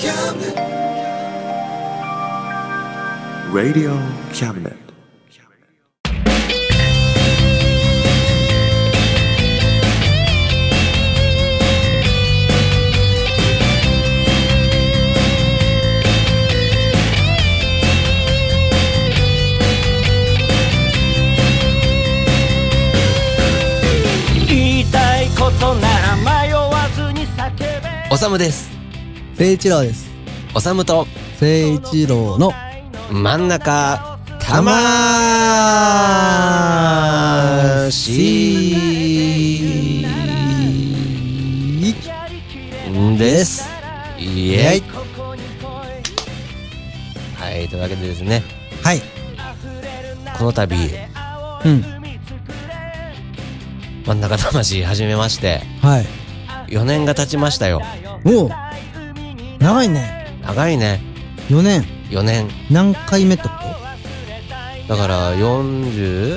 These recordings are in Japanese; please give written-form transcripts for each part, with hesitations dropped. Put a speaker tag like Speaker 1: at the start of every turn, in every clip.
Speaker 1: Radio Cabinet.
Speaker 2: おさむです。
Speaker 3: 聖一郎です。
Speaker 2: おさむと
Speaker 3: 聖一郎の
Speaker 2: 真ん中魂です。イエイ。はい、というわけでですね、
Speaker 3: はい、
Speaker 2: この度真ん中魂始めまして、
Speaker 3: はい、
Speaker 2: 4年が経ちましたよ。
Speaker 3: おお、長いね。
Speaker 2: 長いね。
Speaker 3: 4年。
Speaker 2: 4年。
Speaker 3: 何回目ってこと？
Speaker 2: だから40、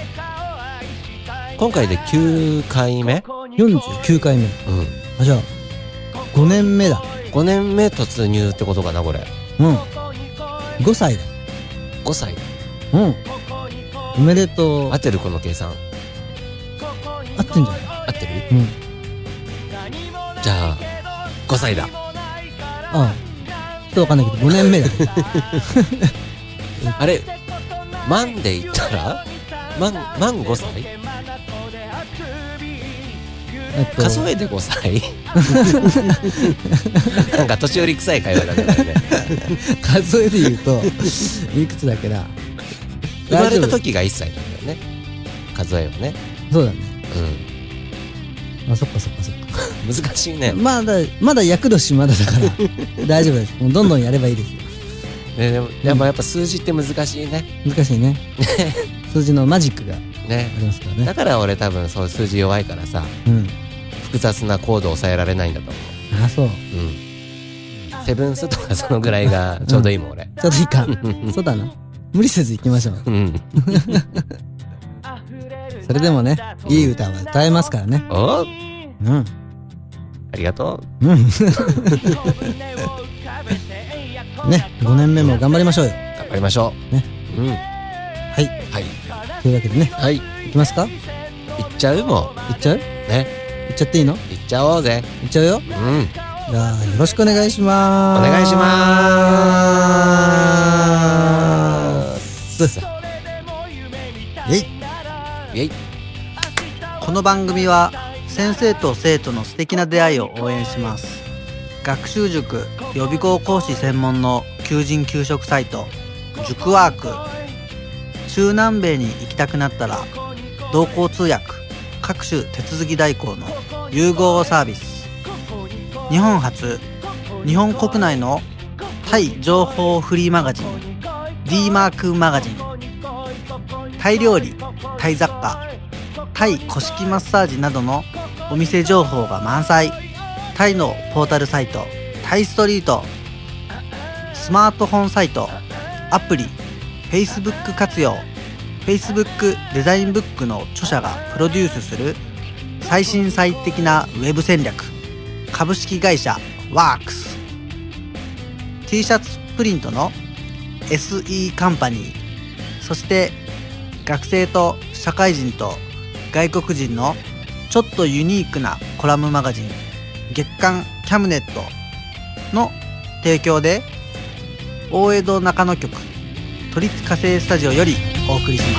Speaker 2: 今回で9回目
Speaker 3: ?49 回目。あ、じゃあ5年目だ。
Speaker 2: 5年目突入ってことかな、これ。
Speaker 3: 5歳だ。
Speaker 2: 5歳。
Speaker 3: おめでとう。
Speaker 2: 合ってるこの計算。
Speaker 3: 合ってんじゃない？
Speaker 2: 合ってる？じゃあ5歳だ。
Speaker 3: ああ、ちょっとわかんないけど5年目だ。
Speaker 2: あれ、万で言ったら万5歳？数えで5歳？なんか年寄り臭い会話だね。
Speaker 3: 数えで言うといくつだっけな。
Speaker 2: 生まれた時が1歳なんだよね、数えはね。
Speaker 3: そうだね。あ、そっか。
Speaker 2: 難しいね。
Speaker 3: まだ厄年まだだから大丈夫です。もうどんどんやればいいですよ。
Speaker 2: でもやっぱ数字って難しいね。
Speaker 3: 難しいね。数字のマジックがありますからね。
Speaker 2: だから俺多分そう数字弱いからさ、複雑なコードを抑えられないんだと思う。
Speaker 3: あ、そう。
Speaker 2: セブンスとかそのぐらいがちょうどいいもん、俺。
Speaker 3: ちょうどいいか。そうだな。無理せず行きましょう。それでもね、いい歌は歌えますからね。
Speaker 2: ありがとう。
Speaker 3: ね、5年目も頑張りましょうよ。
Speaker 2: 頑張りましょう。
Speaker 3: ね。はい。というわけでね。
Speaker 2: はい。
Speaker 3: 行きますか？
Speaker 2: 行っちゃう？もう。
Speaker 3: 行っちゃう？
Speaker 2: ね。
Speaker 3: 行っちゃっていいの？
Speaker 2: 行っちゃおうぜ。
Speaker 3: 行っちゃうよ。じゃあよろしくお願いします。
Speaker 2: お願いします。イエイ。
Speaker 4: この番組は先生と生徒の素敵な出会いを応援します。学習塾予備校講師専門の求人・求職サイト塾ワーク。中南米に行きたくなったら同行通訳各種手続き代行の融合サービス。日本初、日本国内のタイ情報フリーマガジン D マークマガジン。タイ料理、タイ雑貨、タイ古式マッサージなどのお店情報が満載。タイのポータルサイトタイストリート。スマートフォンサイト、アプリ、Facebook 活用。 Facebook デザインブックの著者がプロデュースする最新最適なウェブ戦略。株式会社ワークス。 T シャツプリントの SE カンパニー。そして学生と社会人と外国人のちょっとユニークなコラムマガジン月刊キャムネットの提供で大江戸中野局都立火星スタジオよりお送りします。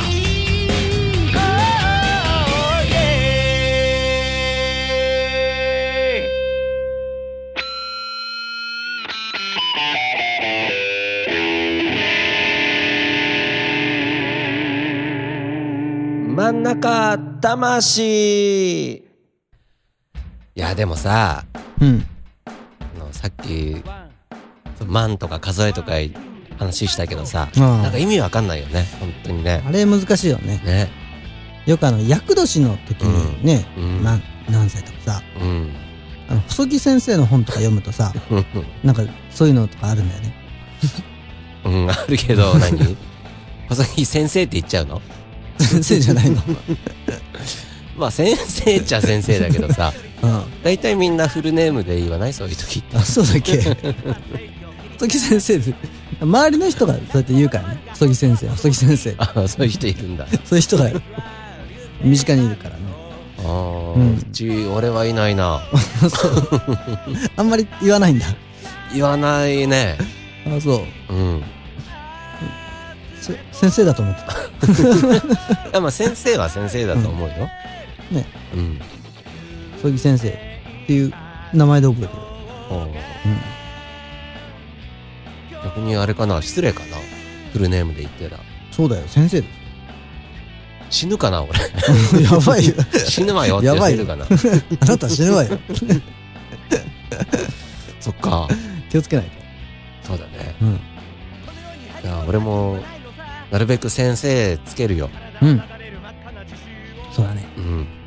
Speaker 2: 真ん中魂。いやでもさ、さっき万とか数えとか話したけどさ、なんか意味わかんないよね、本当にね。
Speaker 3: あれ難しいよね。よく厄年の時にね、何歳とかさ、細木先生の本とか読むとさなんかそういうのとかあるんだよね。
Speaker 2: あるけど何細木先生って言っちゃうの？
Speaker 3: 先生じゃないの？
Speaker 2: まあ先生っちゃ先生だけどさだいたいみんなフルネームで言わない？そういう時って。
Speaker 3: あ、そうだっけ細木先生で周りの人がそうやって言うからね。細木先生、細木先生。
Speaker 2: あ、そういう人いるんだ。
Speaker 3: そういう人が身近にいるからね。
Speaker 2: ああ、うち俺はいないな。
Speaker 3: そうあんまり言わないんだ。
Speaker 2: 言わないね。
Speaker 3: あ、そう。
Speaker 2: うん。
Speaker 3: 先生だと思って
Speaker 2: た。まあ先生は先生だと思うよ。
Speaker 3: ね。
Speaker 2: うん。
Speaker 3: 細木先生っていう名前で覚えてる。
Speaker 2: 逆にあれかな、失礼かな、フルネームで言ってた。
Speaker 3: そうだよ、先生です。
Speaker 2: 死ぬかな俺。
Speaker 3: やばいよ。
Speaker 2: 死ぬわよって言ってるかな。
Speaker 3: あなた死ぬわよ。
Speaker 2: そっか、
Speaker 3: 気をつけない
Speaker 2: と。そうだね。いや俺もなるべく先生つけるよ。
Speaker 3: そうだね。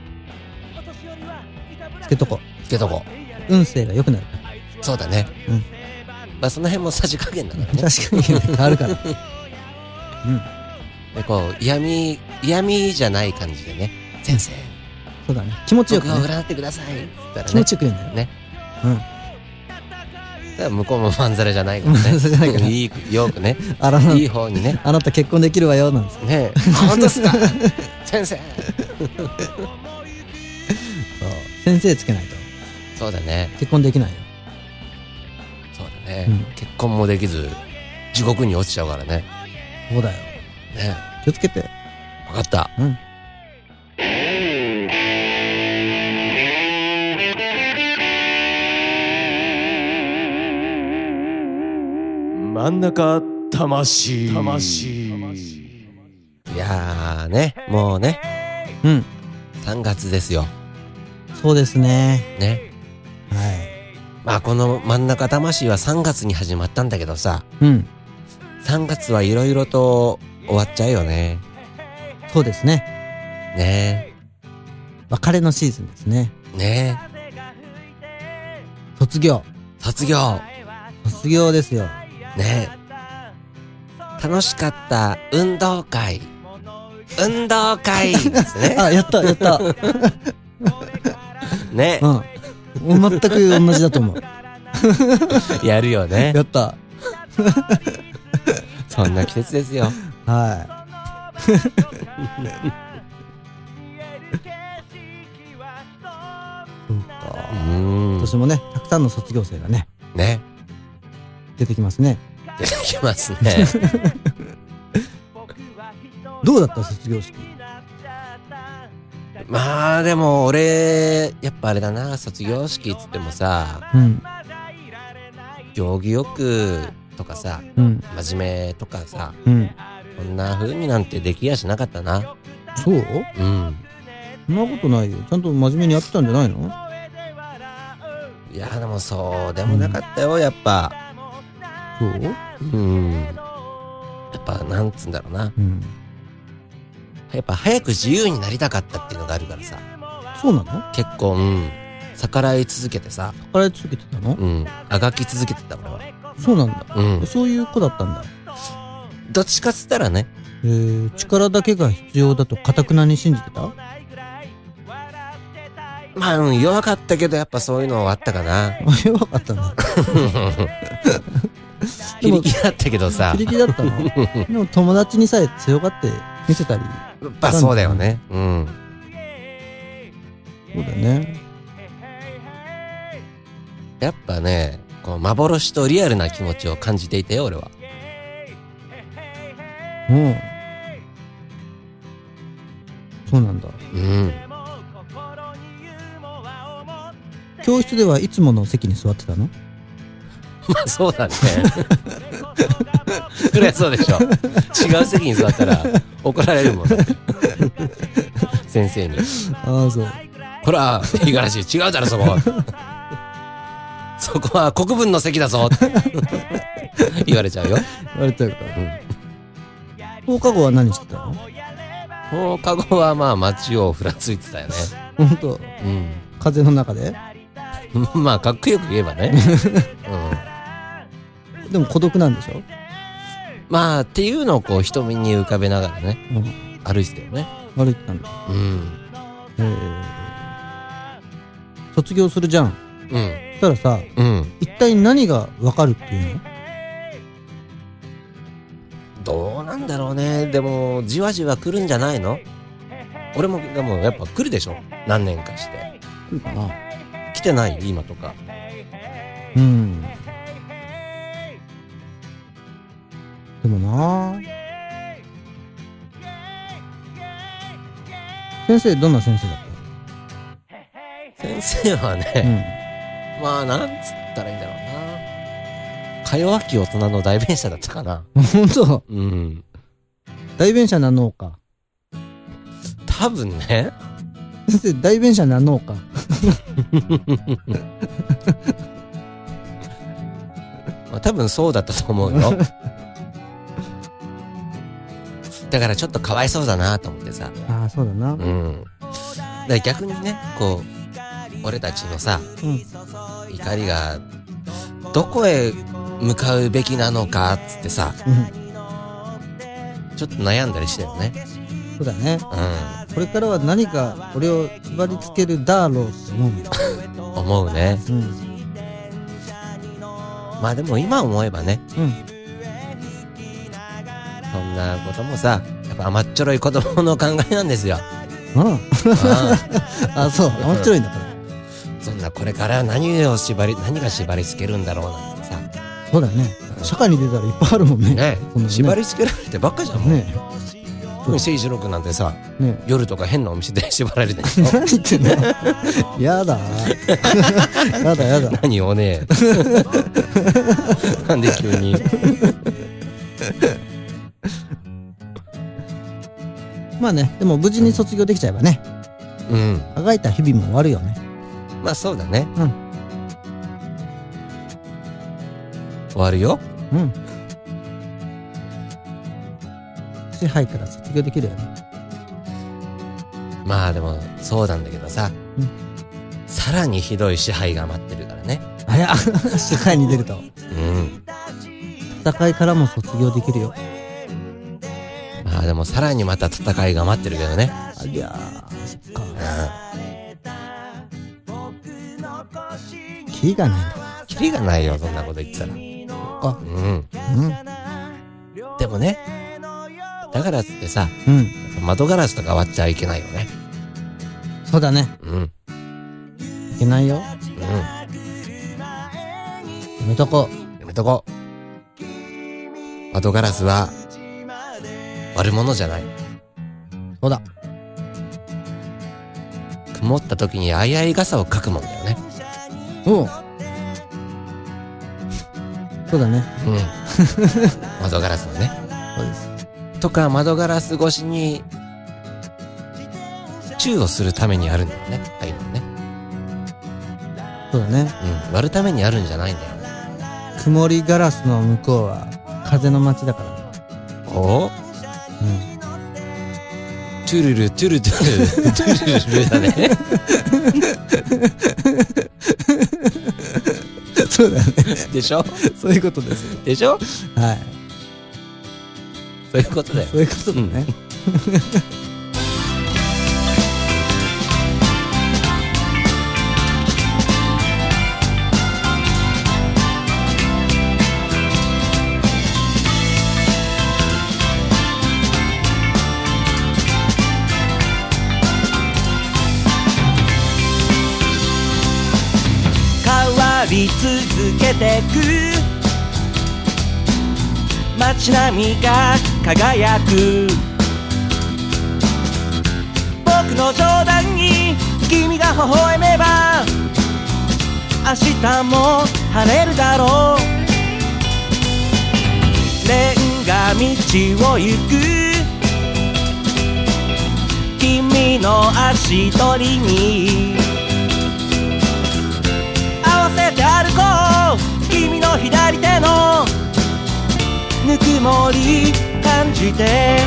Speaker 3: つけとこ。
Speaker 2: つけとこ。
Speaker 3: 運勢が良くなる。
Speaker 2: そうだね。まあその辺もさじ加減だからね。
Speaker 3: 確かに変わるから。
Speaker 2: でこう嫌味じゃない感じでね、先生。
Speaker 3: そうだね。気持ちよくね。
Speaker 2: 僕を占ってください。
Speaker 3: 気持ちよく言うんだよ
Speaker 2: ね。だから向こうもまんざらじゃないからね。いいよくね。いい方にね。
Speaker 3: あなた結婚できるわよなんです
Speaker 2: ね。本当ですか。先生。
Speaker 3: 先生つけないと。
Speaker 2: そうだね。
Speaker 3: 結婚できないよ。
Speaker 2: そうだね。結婚もできず地獄に落ちちゃうからね。
Speaker 3: そうだよ。
Speaker 2: ね。
Speaker 3: 気をつけて。
Speaker 2: 分かった。
Speaker 1: 真ん中魂。
Speaker 2: いやーね、もうね。3月ですよ。
Speaker 3: そうですね。
Speaker 2: ね。
Speaker 3: はい。
Speaker 2: まあこの真ん中魂は3月に始まったんだけどさ。3月はいろいろと終わっちゃうよね。
Speaker 3: そうですね。
Speaker 2: ね。
Speaker 3: 別れのシーズンですね。
Speaker 2: ね。
Speaker 3: 卒業ですよ。
Speaker 2: ね。楽しかった運動会ですね。
Speaker 3: あ、やった
Speaker 2: ね。
Speaker 3: 全く同じだと思う。
Speaker 2: やるよね。
Speaker 3: やった。
Speaker 2: そんな季節ですよ。
Speaker 3: はい。そうか。今年もね、たくさんの卒業生がね。出てきますね。
Speaker 2: 出てきますね。
Speaker 3: どうだった卒業式？
Speaker 2: まあでも俺やっぱあれだな、卒業式っつってもさ、行儀よくとかさ、真面目とかさ、こんな風になんてできやしなかったな。
Speaker 3: そう？そんなことないよ。ちゃんと真面目にやってたんじゃないの？
Speaker 2: いやでもそうでもなかったよ、やっぱ。
Speaker 3: そう？
Speaker 2: やっぱなんつうんだろうな。やっぱ早く自由になりたかったっていうのがあるからさ。
Speaker 3: そうなの？
Speaker 2: 結構逆らい続けてさ。
Speaker 3: 逆らい続けてたの？
Speaker 2: あがき続けてた俺は。
Speaker 3: そうなんだ。そういう子だったんだ。
Speaker 2: どっちかっつったらね。
Speaker 3: 力だけが必要だと堅くなに信じてた？
Speaker 2: まあ弱かったけどやっぱそういうのはあったかな。
Speaker 3: 弱かったんだ。
Speaker 2: 非力だったけどさ。
Speaker 3: 非力だったの？でも友達にさえ強がって見せたり。
Speaker 2: やっぱそうだよね。
Speaker 3: そうだよね。
Speaker 2: やっぱね、この幻とリアルな気持ちを感じていたよ俺は。
Speaker 3: そうなんだ。教室ではいつもの席に座ってたの？
Speaker 2: まあそうだね。そりゃそうでしょ。違う席に座ったら怒られるもんね。先生に。
Speaker 3: ああそう。
Speaker 2: ほら五十嵐違うだろそこ。そこは国分の席だぞって言われちゃうよ。
Speaker 3: 言われちゃうから。放課後は何してたの？
Speaker 2: 放課後はまあ街をふらついてたよね。
Speaker 3: ほんと？風の中で？
Speaker 2: まあかっこよく言えばね。
Speaker 3: でも孤独なんでしょ？
Speaker 2: まあっていうのをこう瞳に浮かべながらね、歩いてたよね。
Speaker 3: 歩いてたんだ。卒卒業するじゃん。
Speaker 2: うん。
Speaker 3: そしたらさ、
Speaker 2: うん。
Speaker 3: 一体何がわかるっていうの？
Speaker 2: どうなんだろうね。でもじわじわ来るんじゃないの？俺もでもやっぱ来るでしょ。何年かして。
Speaker 3: 来るかな？
Speaker 2: 来てない今とか。
Speaker 3: うん。でもな、先生どんな先生だった？
Speaker 2: 先生はね、まあなんつったらいいんだろうな。か弱き大人の代弁者だったかな。
Speaker 3: 本当？
Speaker 2: うん。
Speaker 3: 代弁者なのか。
Speaker 2: 多分ね。
Speaker 3: 先生代弁者なのか。
Speaker 2: まあ、多分そうだったと思うよ。だからちょっとかわいそうだなと思ってさ。
Speaker 3: ああ、そうだな。
Speaker 2: うん。だから逆にね、こう俺たちのさ、怒りがどこへ向かうべきなのかっつってさ、ちょっと悩んだりしてるね。
Speaker 3: そうだね。これからは何か俺を縛り付けるだろうって思うんだ。
Speaker 2: 思うね。まあでも今思えばね、そんなこともさ、やっぱ甘っちょろい子供の考えなんですよ。
Speaker 3: あ、そう、甘っちょろいんだこれ。
Speaker 2: そんなこれから何が縛り付けるんだろうなんてさ。
Speaker 3: そうだね。社会に出たらいっぱいあるもんね。
Speaker 2: ね、縛り付けられてばっかじゃんもんね。特に清志郎君なんてさ、夜とか変なお店で縛られてる。
Speaker 3: 何言ってんの？やだ。やだ。
Speaker 2: 何をね。なんで急に。
Speaker 3: まあね、でも無事に卒業できちゃえばね。あがいた日々も終わるよね。
Speaker 2: まあそうだね。終わるよ。
Speaker 3: 支配から卒業できるよね。
Speaker 2: まあでもそうなんだけどさ、さらにひどい支配が待ってるからね。
Speaker 3: あや、支配に出ると。戦いからも卒業できるよ。
Speaker 2: まあでもさらにまた戦いが待ってるけどね。
Speaker 3: ありゃー、そっか。キリがないんだ。
Speaker 2: キリがないよ、そんなこと言ってたら。
Speaker 3: そっか。
Speaker 2: でもね、だからってさ、窓ガラスとか割っちゃいけないよね。
Speaker 3: そうだね。いけないよ。やめとこう。窓ガラスは割るものじゃない。そうだ。曇った時に相合い傘を描くもんだよね。そうだね。窓ガラスのね。そうです。とか窓ガラス越しにチューをするためにあるんだよね。ああいうのね。そうだね。割るためにあるんじゃないんだよ。曇りガラスの向こうは風の街だからね。お？トゥルルトゥルトゥルトゥルルだね。そうだね。でしょ？そういうことですよ。でしょ？はい。そういうことだよ。そういうことだね。変わり続けてく街並みが輝く僕の冗談に君が微笑めば明日も晴れるだろうレンガ道を行く君の足取りに合わせて歩こう君の左手のぬくもり感じて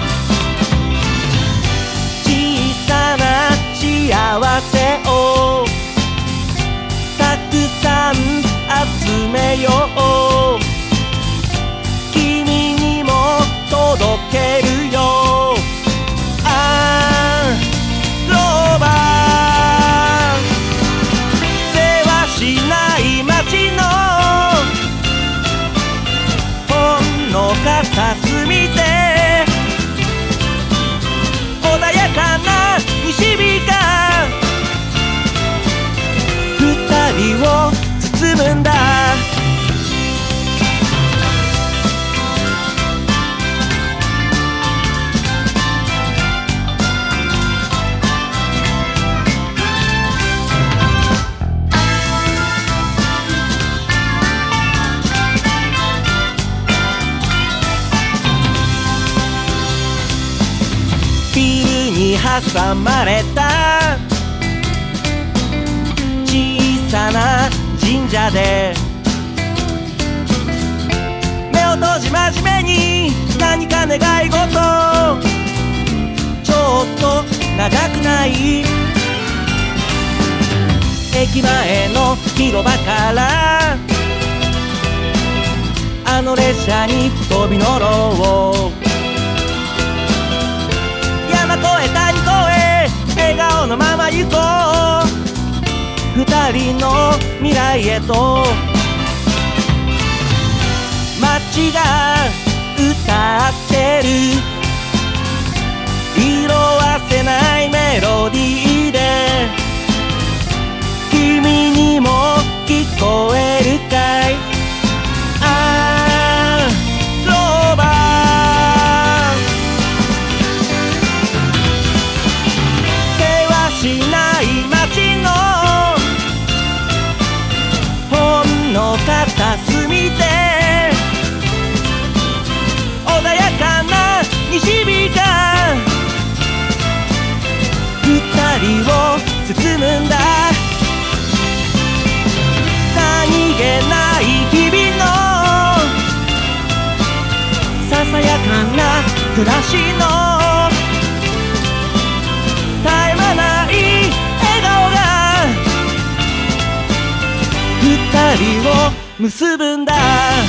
Speaker 3: 小さな幸せをたくさん集めよう君にも届けるよローバー人を包むんだ。ビルに挟まれた小さな神社で、目を閉じ真面目に何か願い事、ちょっと長くない？駅前の広場からあの列車に飛び乗ろう。山越え谷越え笑顔のまま行こう。二人の未来へと街が歌ってる、色あせないメロディーで、君にも聞こえるかい？あーローバー、せわしない街のほんの片隅で、穏やかな西日が二人を包むんだ。何気ない日々のささやかな暮らしの絶え間ない笑顔が二人を結ぶんだ。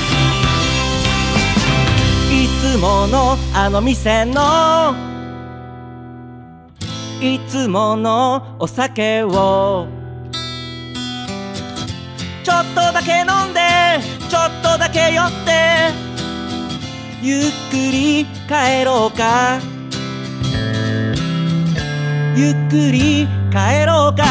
Speaker 3: いつものあの店のいつものお酒をちょっとだけ飲んでちょっとだけ酔って、ゆっくり帰ろうか、ゆっくり帰ろうか。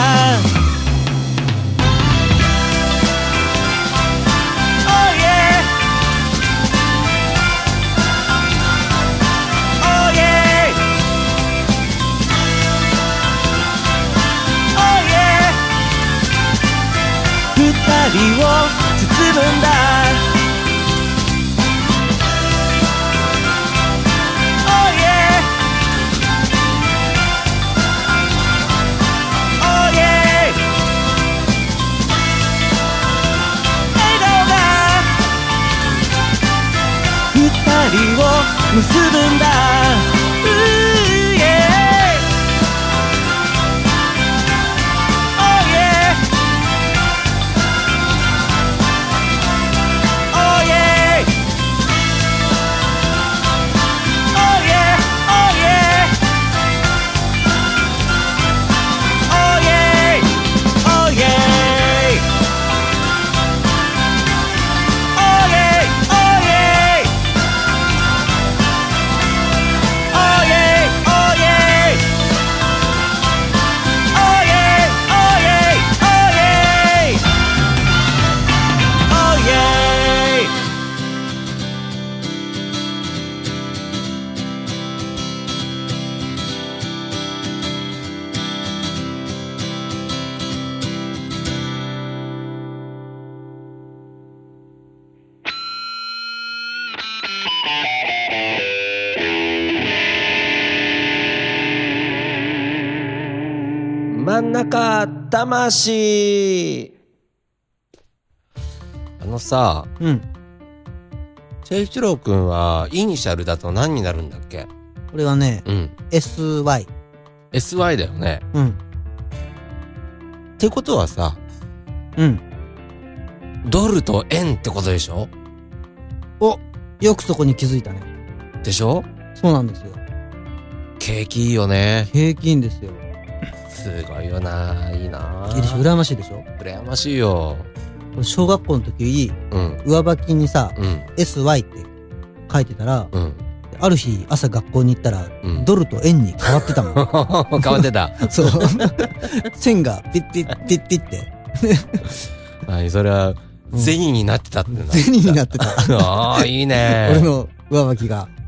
Speaker 3: 二人を包むんだ。Oh yeah, oh yeah、 笑顔が二人を結ぶんだ。
Speaker 1: 真ん中魂。
Speaker 2: さ、
Speaker 4: うん。
Speaker 2: チェイチロー君はイニシャルだと何になるんだっけ？
Speaker 4: これはね、
Speaker 2: うん。
Speaker 4: SY。
Speaker 2: SY だよね。
Speaker 4: うん。
Speaker 2: ってことはさ、
Speaker 4: うん。
Speaker 2: ドルと円ってことでしょ？
Speaker 4: お、よくそこに気づいたね。
Speaker 2: でしょ？
Speaker 4: そうなんですよ。
Speaker 2: 景気いいよね。
Speaker 4: 景気いいんですよ。
Speaker 2: すごいよな。いいな。
Speaker 4: いいでしょ？羨ましいでしょ？
Speaker 2: 羨ましいよ。
Speaker 4: 小学校の時、
Speaker 2: うん。
Speaker 4: 上履きにさ、
Speaker 2: うん。
Speaker 4: SY って書いてたら、
Speaker 2: うん。
Speaker 4: ある日朝学校に行ったら、
Speaker 2: うん、
Speaker 4: ドルと円に変わってたもん。
Speaker 2: 変わってた。
Speaker 4: そう。線がピッピッピッピッって
Speaker 2: はい、それは銭になってたってな。
Speaker 4: 銭になってた。
Speaker 2: ああ、いいね。
Speaker 4: 俺の上履きが。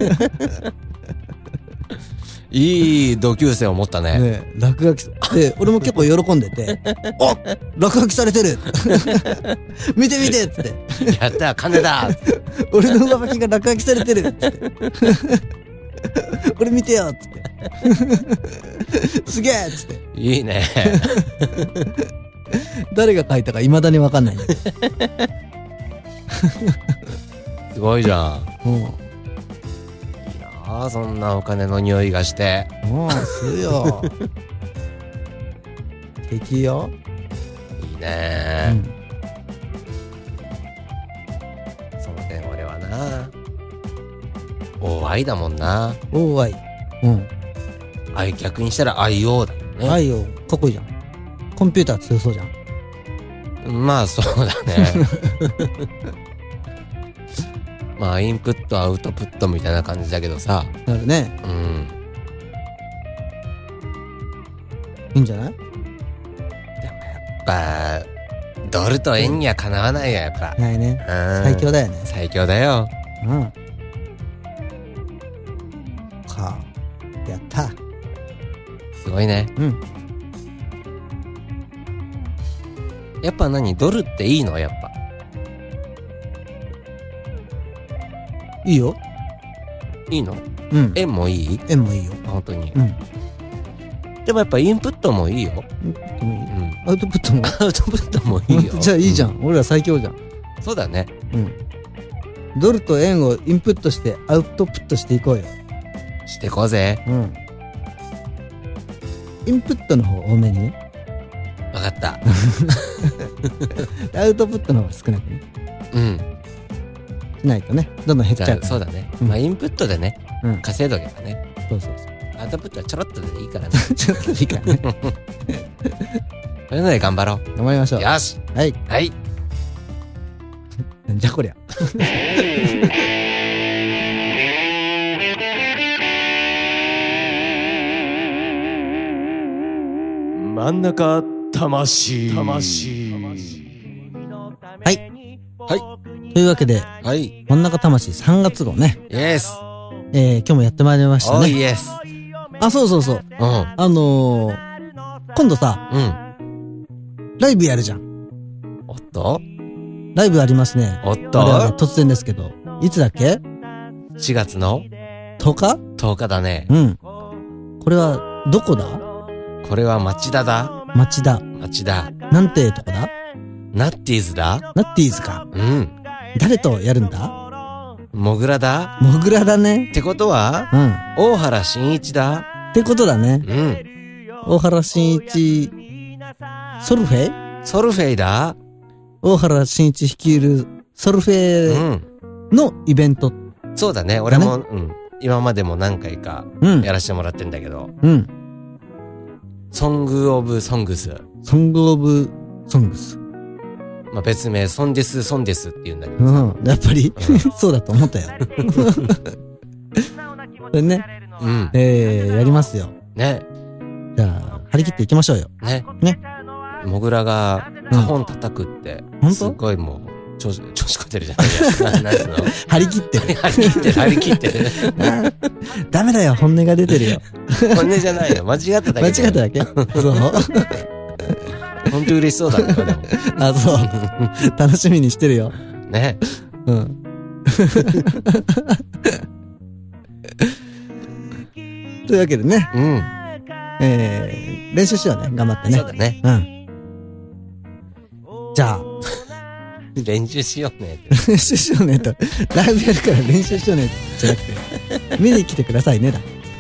Speaker 2: いい同級生を持ったね。
Speaker 4: ね、落書きで、俺も結構喜んでて、お、落書きされてる見て見てっつって。
Speaker 2: やった、金だ
Speaker 4: 俺の上履きが落書きされてるっつって。これ見てよっつって。すげえっつって。
Speaker 2: いいね。
Speaker 4: 誰が書いたか未だに分かんないんだけど。
Speaker 2: すごいじゃん。
Speaker 4: も
Speaker 2: うそんなお金の匂いがして。
Speaker 4: もうするよ。敵よ。
Speaker 2: いいね、その点俺はな、大愛だもんな。
Speaker 4: 大愛。
Speaker 2: 愛逆にしたら愛王だもんね。
Speaker 4: 愛よ、かっこいいじゃん。コンピューター強そうじゃん。
Speaker 2: まあそうだね。まあインプットアウトプットみたいな感じだけどさ。
Speaker 4: なるね。いいんじゃない？
Speaker 2: でもやっぱドルと円にはかなわないよ、やっぱ。
Speaker 4: ないね。最強だよね。
Speaker 2: 最強だよ。
Speaker 4: やった。
Speaker 2: すごいね。やっぱ何、ドルっていいの？やっぱ
Speaker 4: いいよ。
Speaker 2: いいの？円もいい？
Speaker 4: 円もいいよ。
Speaker 2: 本当に。でもやっぱインプットもいいよ。
Speaker 4: アウトプットも
Speaker 2: アウトプットもいいよ。
Speaker 4: じゃあいいじゃん。俺ら最強じゃん。
Speaker 2: そうだね。
Speaker 4: ドルと円をインプットしてアウトプットしていこうよ。
Speaker 2: してこうぜ。
Speaker 4: インプットの方多めにね。
Speaker 2: わかった。
Speaker 4: アウトプットの方が少なくね。しないとね、どんどん減っちゃうから。
Speaker 2: そうだね。まあインプットでね、稼いどけばね。
Speaker 4: そうそうそう。
Speaker 2: アウトプットはちょろっとでいいからね。
Speaker 4: ちょっとでいいからね。
Speaker 2: それので頑張ろう。
Speaker 4: 頑張りましょう。
Speaker 2: よし。
Speaker 4: はい。
Speaker 2: はい。
Speaker 4: なんじゃこりゃ。
Speaker 1: 真ん中魂。
Speaker 4: はい。というわけで、真ん中魂3月号ね。
Speaker 2: イエス。
Speaker 4: 今日もやってまいりましたね。
Speaker 2: イエス。
Speaker 4: あ、そうそうそう。今度さ、ライブやるじゃん。
Speaker 2: おっと？
Speaker 4: ライブありますね。
Speaker 2: おっと？
Speaker 4: 突然ですけど。いつだっけ？
Speaker 2: 4 月の
Speaker 4: 10日
Speaker 2: ?10 日だね。
Speaker 4: これは、どこだ？
Speaker 2: これは町田だ。
Speaker 4: 町田。なんてとこだ？
Speaker 2: ナッティーズだ。
Speaker 4: ナッティーズか。誰とやるんだ？
Speaker 2: モグラだ。
Speaker 4: モグラだね。
Speaker 2: ってことは、大原慎一だ。
Speaker 4: ってことだね。大原慎一、ソルフェ
Speaker 2: だ。
Speaker 4: 大原慎一率いるソルフェのイベント。
Speaker 2: そうだね。俺も、今までも何回かやらせてもらってんだけど。ソングオブソングス。まあ別名、ソンデスって言うんだけどさ。
Speaker 4: やっぱり、そうだと思ったよ。それね、やりますよ。
Speaker 2: ね。
Speaker 4: じゃあ、張り切っていきましょうよ。
Speaker 2: ね。モグラが、カホン叩くって、すごいもう、調子こてるじゃないですか。
Speaker 4: 張り切ってる。
Speaker 2: 張り切ってる。
Speaker 4: ダメだよ、本音が出てるよ。
Speaker 2: 本音じゃないよ。間違っただけ。
Speaker 4: 間違っただけ？そう。
Speaker 2: ほんと嬉しそうだね。
Speaker 4: あ、そう。楽しみにしてるよ。
Speaker 2: ね。
Speaker 4: というわけでね。練習しようね。頑張ってね。
Speaker 2: そうだね。
Speaker 4: じゃあ。
Speaker 2: 練習しようね。
Speaker 4: 練習しようねと。ライブやるから練習しようねじゃなくて。見に来てくださいねだ。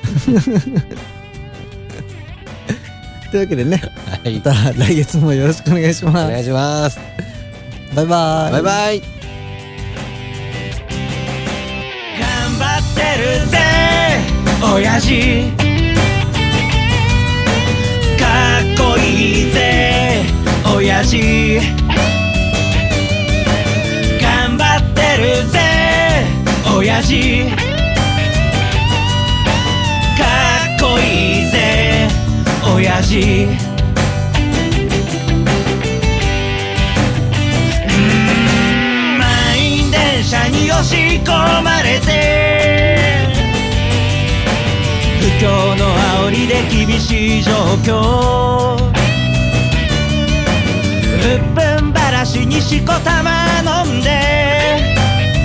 Speaker 4: というわけでね。また来月もよろしくお願いします。
Speaker 2: お願いします。
Speaker 4: バイバイ。
Speaker 2: バイバイ。
Speaker 3: 頑張ってるぜ親父、かっこいいぜ親父、頑張ってるぜ親父、かっこいいぜ親父、 東京うっぷんばらしにしこたま飲んで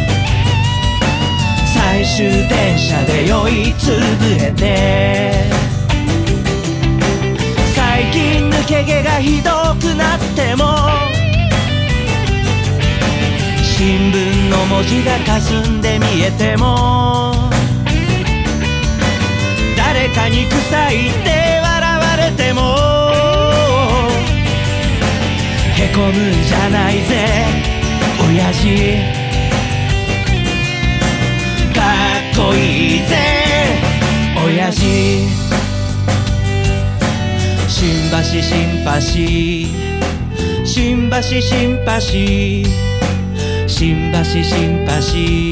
Speaker 3: 最終電車で酔いつぶれて最近抜け毛がひどくなっても新聞の文字が霞んで見えても誰かに臭いって笑われてもへこむんじゃないぜ親父かっこいいぜ親父新橋新橋新橋新橋新橋新橋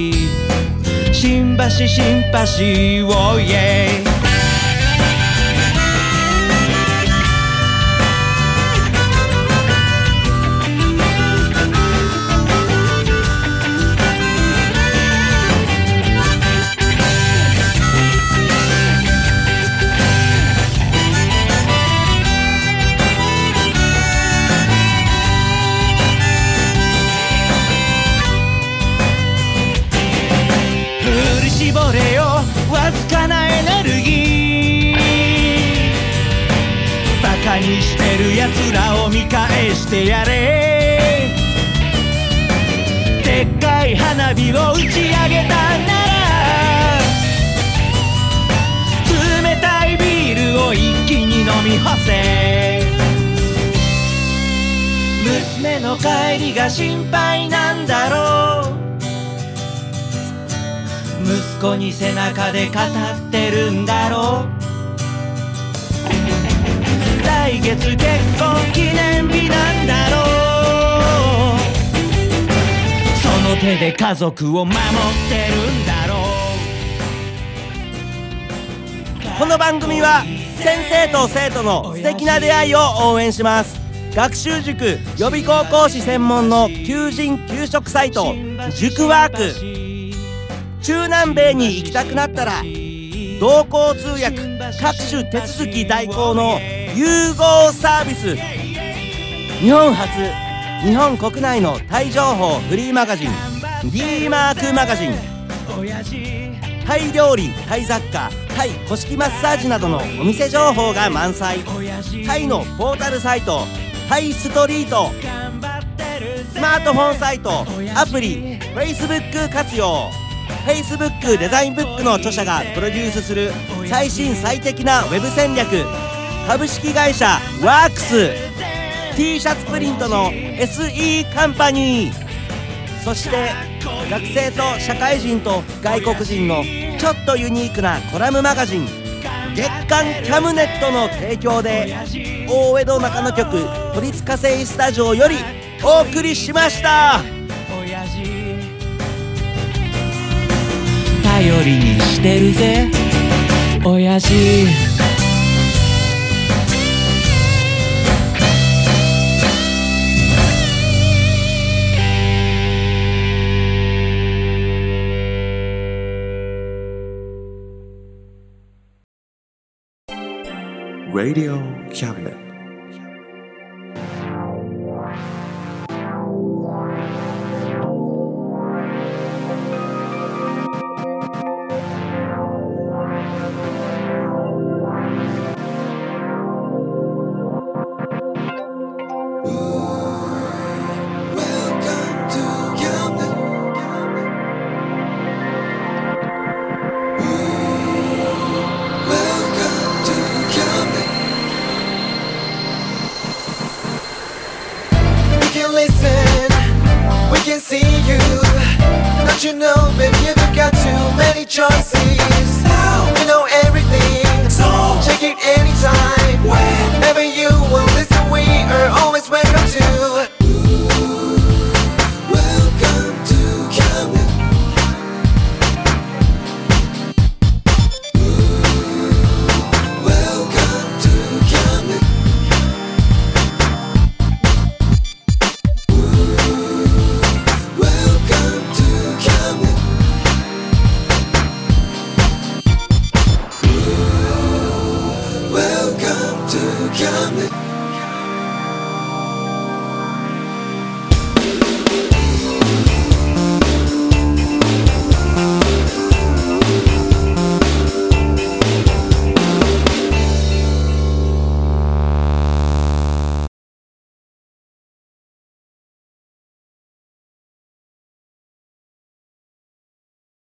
Speaker 3: 新橋新橋おいえ絞れよわずかなエネルギーバカにしてるやつらを見返してやれでっかい花火を打ち上げたなら冷たいビールを一気に飲み干せ娘の帰りが心配なんだろう息子に背中で語ってるんだろう来月結婚記念日なんだろうその手で家族を守ってるんだろう
Speaker 5: この番組は先生と生徒の素敵な出会いを応援します。学習塾予備校講師専門の求人・求職サイト塾ワーク中南米に行きたくなったら同行通訳各種手続き代行の融合サービス日本初日本国内のタイ情報フリーマガジン D マークマガジンタイ料理タイ雑貨タイ古式マッサージなどのお店情報が満載タイのポータルサイトタイストリートスマートフォンサイトアプリ Facebook 活用Facebook デザインブックの著者がプロデュースする最新最適なウェブ戦略株式会社ワークス T シャツプリントの SE カンパニーそして学生と社会人と外国人のちょっとユニークなコラムマガジン月刊キャムネットの提供で大江戸中野局都立火星スタジオよりお送りしました。
Speaker 3: 頼りにしてるぜ親父
Speaker 1: Radio Cabinet.
Speaker 6: You know, baby, you've got too many choices. You know everything, so check it anytime. Whenever you will listen, we are always welcome to. Welcome to Camden. Welcome to Camden. Welcome to Camden. Welcome to come